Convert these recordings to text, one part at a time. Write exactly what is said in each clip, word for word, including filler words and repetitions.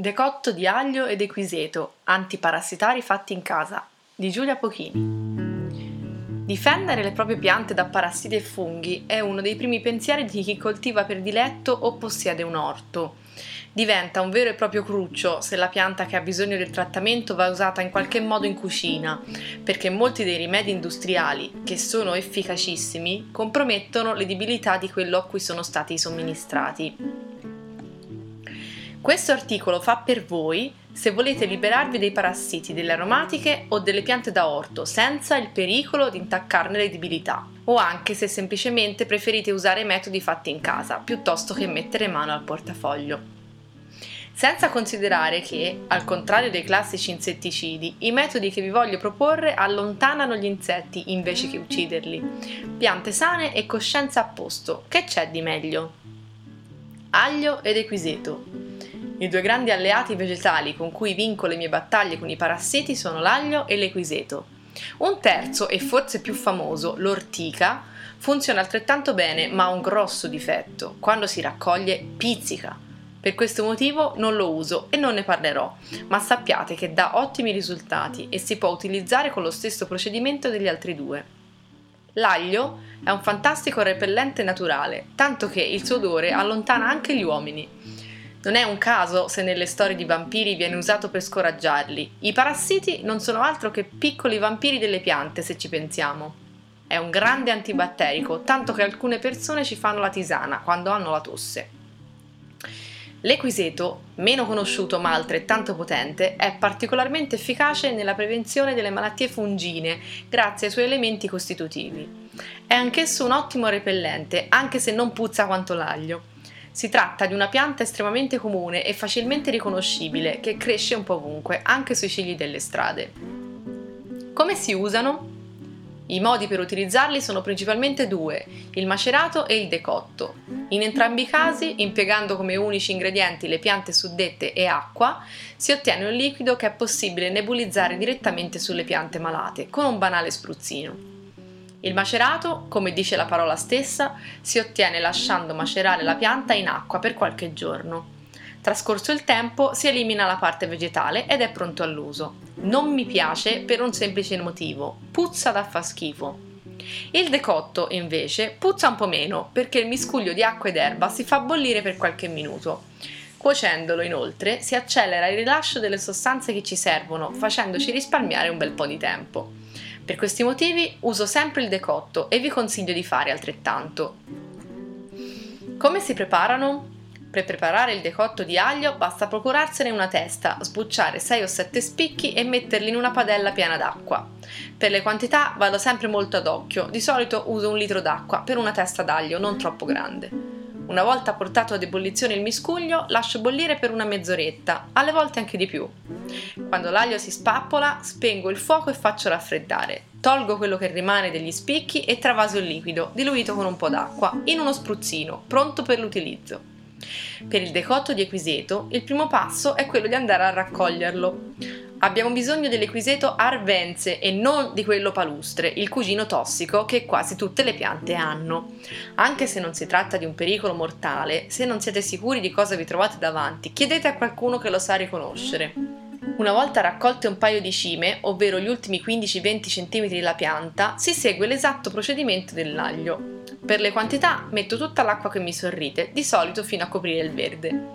Decotto di aglio ed equiseto, antiparassitari fatti in casa, di Giulia Pochini. Difendere le proprie piante da parassiti e funghi è uno dei primi pensieri di chi coltiva per diletto o possiede un orto. Diventa un vero e proprio cruccio se la pianta che ha bisogno del trattamento va usata in qualche modo in cucina, perché molti dei rimedi industriali, che sono efficacissimi, compromettono l'edibilità di quello a cui sono stati somministrati. Questo articolo fa per voi se volete liberarvi dei parassiti delle aromatiche o delle piante da orto senza il pericolo di intaccarne l'edibilità, o anche se semplicemente preferite usare metodi fatti in casa piuttosto che mettere mano al portafoglio. Senza considerare che, al contrario dei classici insetticidi, i metodi che vi voglio proporre allontanano gli insetti invece che ucciderli. Piante sane e coscienza a posto, che c'è di meglio? Aglio ed equiseto. I due grandi alleati vegetali con cui vinco le mie battaglie con i parassiti sono l'aglio e l'equiseto. Un terzo, e forse più famoso, l'ortica, funziona altrettanto bene ma ha un grosso difetto: quando si raccoglie pizzica. Per questo motivo non lo uso e non ne parlerò, ma sappiate che dà ottimi risultati e si può utilizzare con lo stesso procedimento degli altri due. L'aglio è un fantastico repellente naturale, tanto che il suo odore allontana anche gli uomini. Non è un caso se nelle storie di vampiri viene usato per scoraggiarli. I parassiti non sono altro che piccoli vampiri delle piante, se ci pensiamo. È un grande antibatterico, tanto che alcune persone ci fanno la tisana quando hanno la tosse. L'equiseto, meno conosciuto ma altrettanto potente, è particolarmente efficace nella prevenzione delle malattie fungine grazie ai suoi elementi costitutivi. È anch'esso un ottimo repellente, anche se non puzza quanto l'aglio. Si tratta di una pianta estremamente comune e facilmente riconoscibile che cresce un po' ovunque, anche sui cigli delle strade. Come si usano? I modi per utilizzarli sono principalmente due, il macerato e il decotto. In entrambi i casi, impiegando come unici ingredienti le piante suddette e acqua, si ottiene un liquido che è possibile nebulizzare direttamente sulle piante malate, con un banale spruzzino. Il macerato, come dice la parola stessa, si ottiene lasciando macerare la pianta in acqua per qualche giorno. Trascorso il tempo si elimina la parte vegetale ed è pronto all'uso. Non mi piace per un semplice motivo: puzza da fa schifo. Il decotto, invece, puzza un po' meno perché il miscuglio di acqua ed erba si fa bollire per qualche minuto. Cuocendolo, inoltre, si accelera il rilascio delle sostanze che ci servono, facendoci risparmiare un bel po' di tempo. Per questi motivi uso sempre il decotto e vi consiglio di fare altrettanto. Come si preparano? Per preparare il decotto di aglio basta procurarsene una testa, sbucciare sei o sette spicchi e metterli in una padella piena d'acqua. Per le quantità vado sempre molto ad occhio, di solito uso un litro d'acqua per una testa d'aglio non troppo grande. Una volta portato ad ebollizione il miscuglio, lascio bollire per una mezz'oretta, alle volte anche di più. Quando l'aglio si spappola, spengo il fuoco e faccio raffreddare. Tolgo quello che rimane degli spicchi e travaso il liquido, diluito con un po' d'acqua, in uno spruzzino, pronto per l'utilizzo. Per il decotto di equiseto, il primo passo è quello di andare a raccoglierlo. Abbiamo bisogno dell'equiseto arvense e non di quello palustre, il cugino tossico che quasi tutte le piante hanno. Anche se non si tratta di un pericolo mortale, se non siete sicuri di cosa vi trovate davanti, chiedete a qualcuno che lo sa riconoscere. Una volta raccolte un paio di cime, ovvero gli ultimi quindici venti centimetri della pianta, si segue l'esatto procedimento dell'aglio. Per le quantità metto tutta l'acqua che mi sorride, di solito fino a coprire il verde.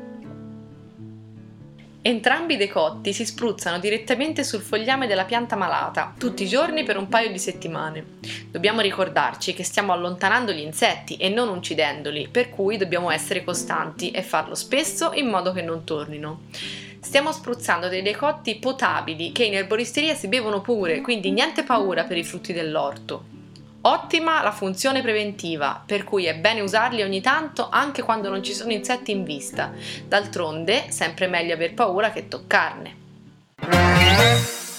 Entrambi i decotti si spruzzano direttamente sul fogliame della pianta malata, tutti i giorni per un paio di settimane. Dobbiamo ricordarci che stiamo allontanando gli insetti e non uccidendoli, per cui dobbiamo essere costanti e farlo spesso in modo che non tornino. Stiamo spruzzando dei decotti potabili che in erboristeria si bevono pure, quindi niente paura per i frutti dell'orto. Ottima la funzione preventiva, per cui è bene usarli ogni tanto anche quando non ci sono insetti in vista. D'altronde, sempre meglio aver paura che toccarne.